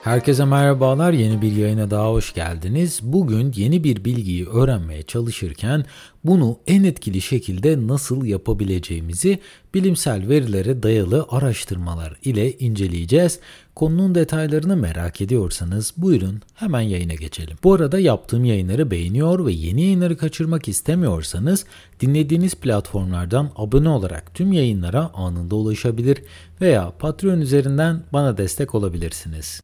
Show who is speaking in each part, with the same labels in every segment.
Speaker 1: Herkese merhabalar, yeni bir yayına daha hoş geldiniz. Bugün yeni bir bilgiyi öğrenmeye çalışırken bunu en etkili şekilde nasıl yapabileceğimizi bilimsel verilere dayalı araştırmalar ile inceleyeceğiz. Konunun detaylarını merak ediyorsanız buyurun hemen yayına geçelim. Bu arada yaptığım yayınları beğeniyor ve yeni yayınları kaçırmak istemiyorsanız dinlediğiniz platformlardan abone olarak tüm yayınlara anında ulaşabilir veya Patreon üzerinden bana destek olabilirsiniz.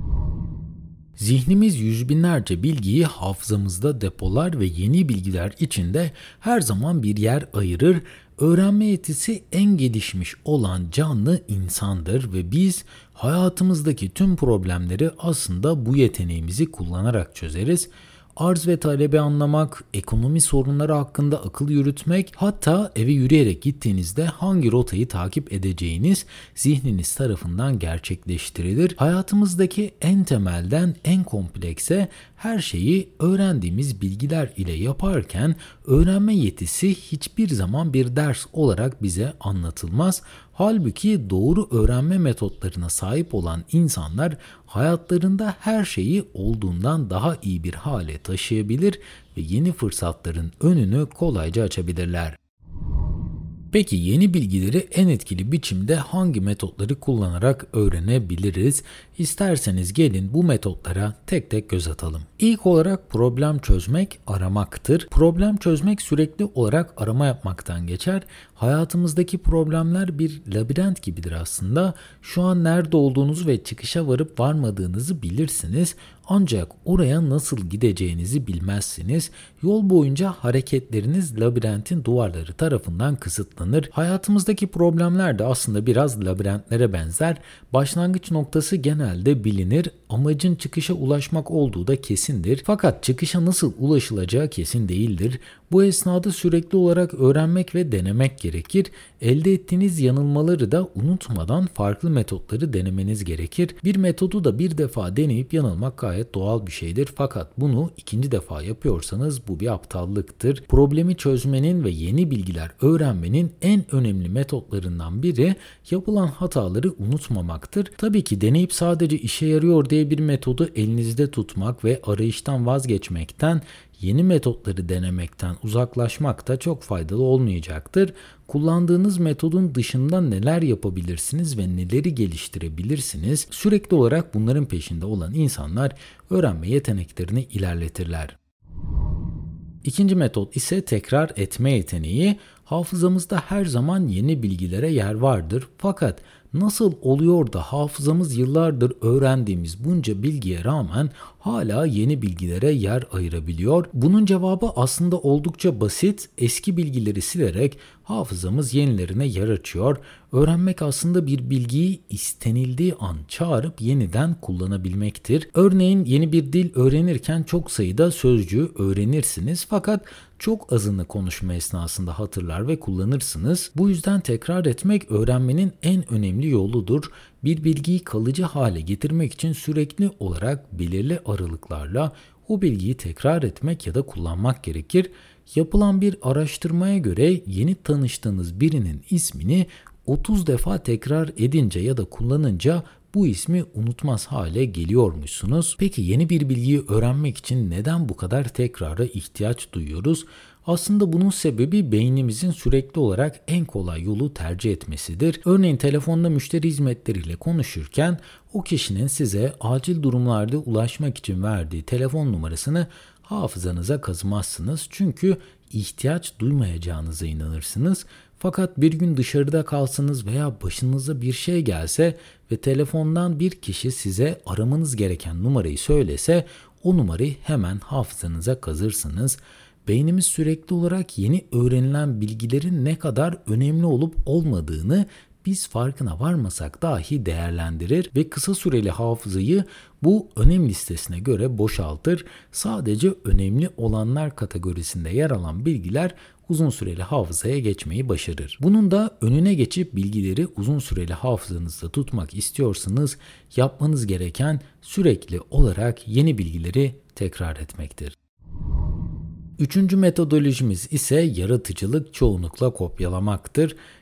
Speaker 1: Zihnimiz yüz binlerce bilgiyi hafızamızda depolar ve yeni bilgiler içinde her zaman bir yer ayırır. Öğrenme yetisi en gelişmiş olan canlı insandır ve biz hayatımızdaki tüm problemleri aslında bu yeteneğimizi kullanarak çözeriz. Arz ve talebi anlamak, ekonomi sorunları hakkında akıl yürütmek, hatta eve yürüyerek gittiğinizde hangi rotayı takip edeceğiniz zihniniz tarafından gerçekleştirilir. Hayatımızdaki en temelden en komplekse her şeyi öğrendiğimiz bilgiler ile yaparken öğrenme yetisi hiçbir zaman bir ders olarak bize anlatılmaz. Halbuki doğru öğrenme metotlarına sahip olan insanlar hayatlarında her şeyi olduğundan daha iyi bir hale taşıyabilir ve yeni fırsatların önünü kolayca açabilirler. Peki yeni bilgileri en etkili biçimde hangi metotları kullanarak öğrenebiliriz? İsterseniz gelin bu metotlara tek tek göz atalım. İlk olarak problem çözmek aramaktır. Problem çözmek sürekli olarak arama yapmaktan geçer. Hayatımızdaki problemler bir labirent gibidir aslında. Şu an nerede olduğunuzu ve çıkışa varıp varmadığınızı bilirsiniz. Ancak oraya nasıl gideceğinizi bilmezsiniz. Yol boyunca hareketleriniz labirentin duvarları tarafından kısıtlanır. Hayatımızdaki problemler de aslında biraz labirentlere benzer. Başlangıç noktası genelde bilinir. Amacın çıkışa ulaşmak olduğu da kesindir. Fakat çıkışa nasıl ulaşılacağı kesin değildir. Bu esnada sürekli olarak öğrenmek ve denemek gerekir. Elde ettiğiniz yanılmaları da unutmadan farklı metotları denemeniz gerekir. Bir metodu da bir defa deneyip yanılmak gayet doğal bir şeydir. Fakat bunu ikinci defa yapıyorsanız bu bir aptallıktır. Problemi çözmenin ve yeni bilgiler öğrenmenin en önemli metotlarından biri yapılan hataları unutmamaktır. Tabii ki deneyip sadece işe yarıyor diye bir metodu elinizde tutmak ve arayıştan vazgeçmekten, yeni metotları denemekten uzaklaşmak da çok faydalı olmayacaktır. Kullandığınız metodun dışında neler yapabilirsiniz ve neleri geliştirebilirsiniz? Sürekli olarak bunların peşinde olan insanlar öğrenme yeteneklerini ilerletirler. İkinci metot ise tekrar etme yeteneği. Hafızamızda her zaman yeni bilgilere yer vardır. Fakat nasıl oluyor da hafızamız yıllardır öğrendiğimiz bunca bilgiye rağmen hala yeni bilgilere yer ayırabiliyor? Bunun cevabı aslında oldukça basit. Eski bilgileri silerek hafızamız yenilerine yer açıyor. Öğrenmek aslında bir bilgiyi istenildiği an çağırıp yeniden kullanabilmektir. Örneğin yeni bir dil öğrenirken çok sayıda sözcüğü öğrenirsiniz fakat çok azını konuşma esnasında hatırlar ve kullanırsınız. Bu yüzden tekrar etmek öğrenmenin en önemli yoludur. Bir bilgiyi kalıcı hale getirmek için sürekli olarak belirli aralıklarla o bilgiyi tekrar etmek ya da kullanmak gerekir. Yapılan bir araştırmaya göre yeni tanıştığınız birinin ismini 30 defa tekrar edince ya da kullanınca bu ismi unutmaz hale geliyormuşsunuz. Peki yeni bir bilgiyi öğrenmek için neden bu kadar tekrara ihtiyaç duyuyoruz? Aslında bunun sebebi beynimizin sürekli olarak en kolay yolu tercih etmesidir. Örneğin telefonda müşteri hizmetleriyle konuşurken o kişinin size acil durumlarda ulaşmak için verdiği telefon numarasını hafızanıza kazımazsınız. Çünkü ihtiyaç duymayacağınıza inanırsınız. Fakat bir gün dışarıda kalsanız veya başınıza bir şey gelse ve telefondan bir kişi size aramanız gereken numarayı söylese o numarayı hemen hafızanıza kazırsınız. Beynimiz sürekli olarak yeni öğrenilen bilgilerin ne kadar önemli olup olmadığını biz farkına varmasak dahi değerlendirir ve kısa süreli hafızayı bu önem listesine göre boşaltır. Sadece önemli olanlar kategorisinde yer alan bilgiler uzun süreli hafızaya geçmeyi başarır. Bunun da önüne geçip bilgileri uzun süreli hafızanızda tutmak istiyorsanız yapmanız gereken sürekli olarak yeni bilgileri tekrar etmektir. Üçüncü metodolojimiz ise yaratıcılık çoğunlukla kopyalamaktır.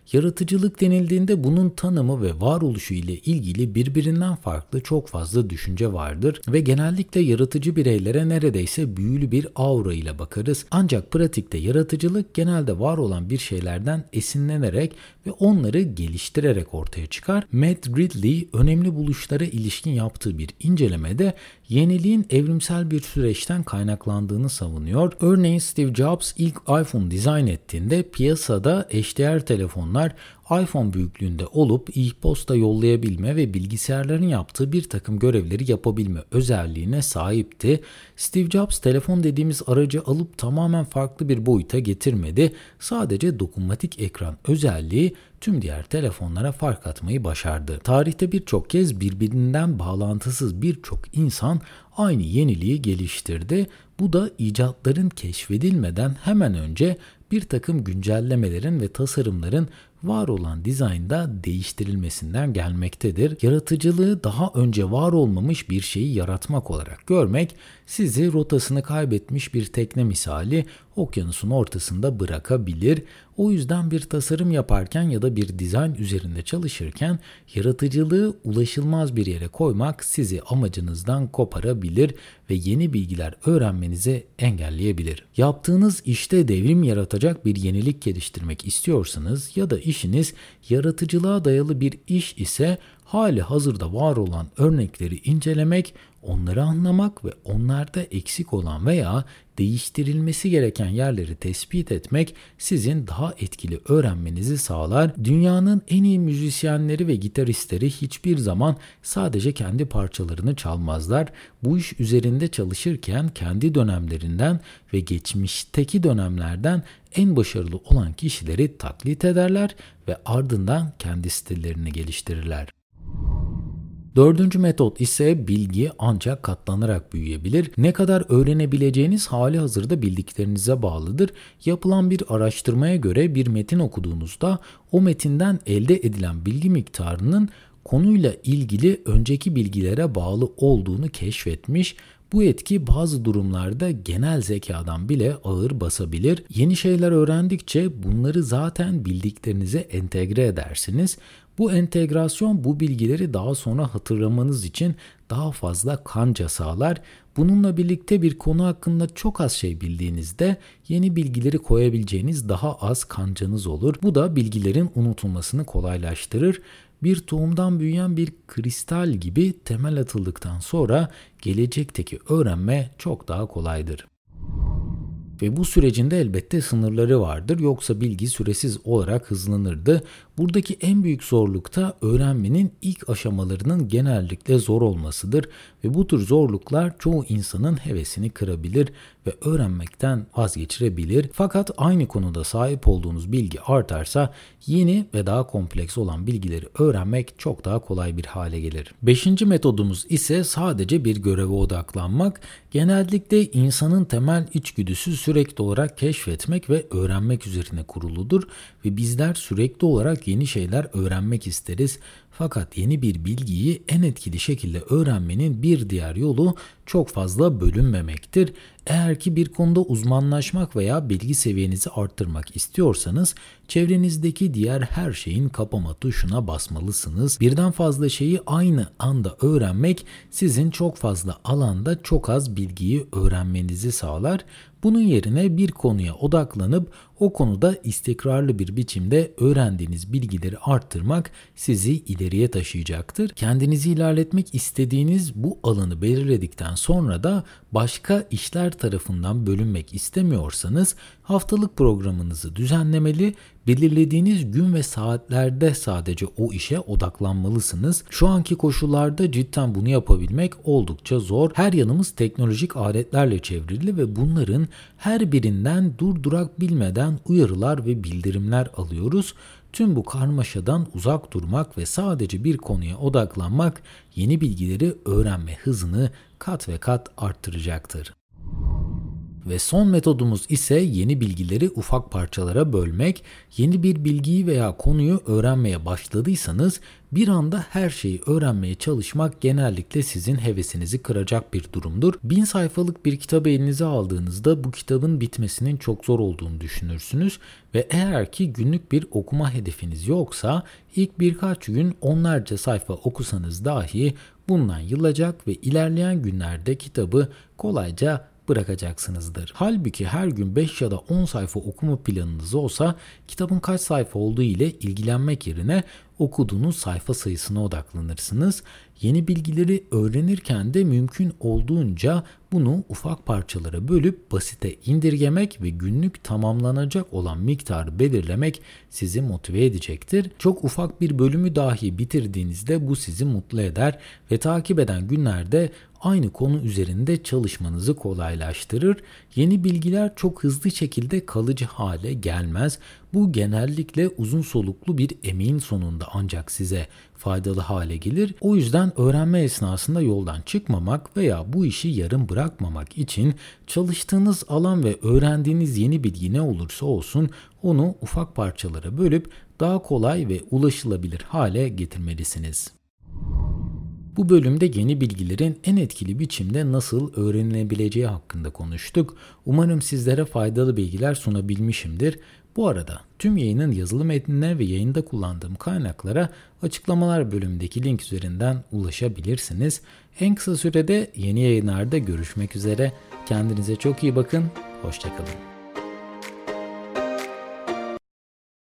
Speaker 1: Yaratıcılık denildiğinde bunun tanımı ve varoluşu ile ilgili birbirinden farklı çok fazla düşünce vardır ve genellikle yaratıcı bireylere neredeyse büyülü bir aura ile bakarız. Ancak pratikte yaratıcılık genelde var olan bir şeylerden esinlenerek ve onları geliştirerek ortaya çıkar. Matt Ridley önemli buluşlara ilişkin yaptığı bir incelemede yeniliğin evrimsel bir süreçten kaynaklandığını savunuyor. Örneğin Steve Jobs ilk iPhone dizayn ettiğinde piyasada eşdeğer telefonlar iPhone büyüklüğünde olup e-posta yollayabilme ve bilgisayarların yaptığı bir takım görevleri yapabilme özelliğine sahipti. Steve Jobs telefon dediğimiz aracı alıp tamamen farklı bir boyuta getirmedi. Sadece dokunmatik ekran özelliği tüm diğer telefonlara fark atmayı başardı. Tarihte birçok kez birbirinden bağlantısız birçok insan aynı yeniliği geliştirdi. Bu da icatların keşfedilmeden hemen önce bir takım güncellemelerin ve tasarımların var olan dizaynda değiştirilmesinden gelmektedir. Yaratıcılığı daha önce var olmamış bir şeyi yaratmak olarak görmek, sizi rotasını kaybetmiş bir tekne misali okyanusun ortasında bırakabilir. O yüzden bir tasarım yaparken ya da bir dizayn üzerinde çalışırken yaratıcılığı ulaşılmaz bir yere koymak sizi amacınızdan koparabilir ve yeni bilgiler öğrenmenizi engelleyebilir. Yaptığınız işte devrim yaratacak bir yenilik geliştirmek istiyorsanız ya da işiniz yaratıcılığa dayalı bir iş ise hali hazırda var olan örnekleri incelemek, onları anlamak ve onlarda eksik olan veya değiştirilmesi gereken yerleri tespit etmek sizin daha etkili öğrenmenizi sağlar. Dünyanın en iyi müzisyenleri ve gitaristleri hiçbir zaman sadece kendi parçalarını çalmazlar. Bu iş üzerinde çalışırken kendi dönemlerinden ve geçmişteki dönemlerden en başarılı olan kişileri taklit ederler ve ardından kendi stillerini geliştirirler. Dördüncü metot ise bilgi ancak katlanarak büyüyebilir. Ne kadar öğrenebileceğiniz hali hazırda bildiklerinize bağlıdır. Yapılan bir araştırmaya göre bir metin okuduğunuzda o metinden elde edilen bilgi miktarının konuyla ilgili önceki bilgilere bağlı olduğunu keşfetmiş. Bu etki bazı durumlarda genel zekadan bile ağır basabilir. Yeni şeyler öğrendikçe bunları zaten bildiklerinize entegre edersiniz. Bu entegrasyon bu bilgileri daha sonra hatırlamanız için daha fazla kanca sağlar. Bununla birlikte bir konu hakkında çok az şey bildiğinizde yeni bilgileri koyabileceğiniz daha az kancanız olur. Bu da bilgilerin unutulmasını kolaylaştırır. Bir tohumdan büyüyen bir kristal gibi temel atıldıktan sonra gelecekteki öğrenme çok daha kolaydır. Ve bu sürecin de elbette sınırları vardır, yoksa bilgi süresiz olarak hızlanırdı. Buradaki en büyük zorluk da öğrenmenin ilk aşamalarının genellikle zor olmasıdır ve bu tür zorluklar çoğu insanın hevesini kırabilir ve öğrenmekten vazgeçirebilir. Fakat aynı konuda sahip olduğunuz bilgi artarsa yeni ve daha kompleks olan bilgileri öğrenmek çok daha kolay bir hale gelir. Beşinci metodumuz ise sadece bir göreve odaklanmak. Genellikle insanın temel içgüdüsü sürekli olarak keşfetmek ve öğrenmek üzerine kuruludur ve bizler sürekli olarak yeni şeyler öğrenmek isteriz. Fakat yeni bir bilgiyi en etkili şekilde öğrenmenin bir diğer yolu çok fazla bölünmemektir. Eğer ki bir konuda uzmanlaşmak veya bilgi seviyenizi arttırmak istiyorsanız çevrenizdeki diğer her şeyin kapama tuşuna basmalısınız. Birden fazla şeyi aynı anda öğrenmek sizin çok fazla alanda çok az bilgiyi öğrenmenizi sağlar. Bunun yerine bir konuya odaklanıp o konuda istikrarlı bir biçimde öğrendiğiniz bilgileri arttırmak sizi ileriye taşıyacaktır. Kendinizi ilerletmek istediğiniz bu alanı belirledikten sonra da başka işler tarafından bölünmek istemiyorsanız haftalık programınızı düzenlemeli, belirlediğiniz gün ve saatlerde sadece o işe odaklanmalısınız. Şu anki koşullarda cidden bunu yapabilmek oldukça zor. Her yanımız teknolojik aletlerle çevrili ve bunların her birinden durdurak bilmeden uyarılar ve bildirimler alıyoruz. Tüm bu karmaşadan uzak durmak ve sadece bir konuya odaklanmak yeni bilgileri öğrenme hızını kat ve kat arttıracaktır. Ve son metodumuz ise yeni bilgileri ufak parçalara bölmek. Yeni bir bilgiyi veya konuyu öğrenmeye başladıysanız bir anda her şeyi öğrenmeye çalışmak genellikle sizin hevesinizi kıracak bir durumdur. 1000 sayfalık bir kitabı elinize aldığınızda bu kitabın bitmesinin çok zor olduğunu düşünürsünüz ve eğer ki günlük bir okuma hedefiniz yoksa ilk birkaç gün onlarca sayfa okusanız dahi bundan yılacak ve ilerleyen günlerde kitabı kolayca bırakacaksınızdır. Halbuki her gün 5 ya da 10 sayfa okuma planınız olsa kitabın kaç sayfa olduğu ile ilgilenmek yerine okuduğunuz sayfa sayısına odaklanırsınız. Yeni bilgileri öğrenirken de mümkün olduğunca bunu ufak parçalara bölüp basite indirgemek ve günlük tamamlanacak olan miktarı belirlemek sizi motive edecektir. Çok ufak bir bölümü dahi bitirdiğinizde bu sizi mutlu eder ve takip eden günlerde aynı konu üzerinde çalışmanızı kolaylaştırır. Yeni bilgiler çok hızlı şekilde kalıcı hale gelmez. Bu genellikle uzun soluklu bir emeğin sonunda ancak size faydalı hale gelir. O yüzden öğrenme esnasında yoldan çıkmamak veya bu işi yarım bırakmamak için çalıştığınız alan ve öğrendiğiniz yeni bilgi ne olursa olsun onu ufak parçalara bölüp daha kolay ve ulaşılabilir hale getirmelisiniz. Bu bölümde yeni bilgilerin en etkili biçimde nasıl öğrenilebileceği hakkında konuştuk. Umarım sizlere faydalı bilgiler sunabilmişimdir. Bu arada tüm yayının yazılı metnine ve yayında kullandığım kaynaklara açıklamalar bölümündeki link üzerinden ulaşabilirsiniz. En kısa sürede yeni yayınlarda görüşmek üzere. Kendinize çok iyi bakın. Hoşça kalın.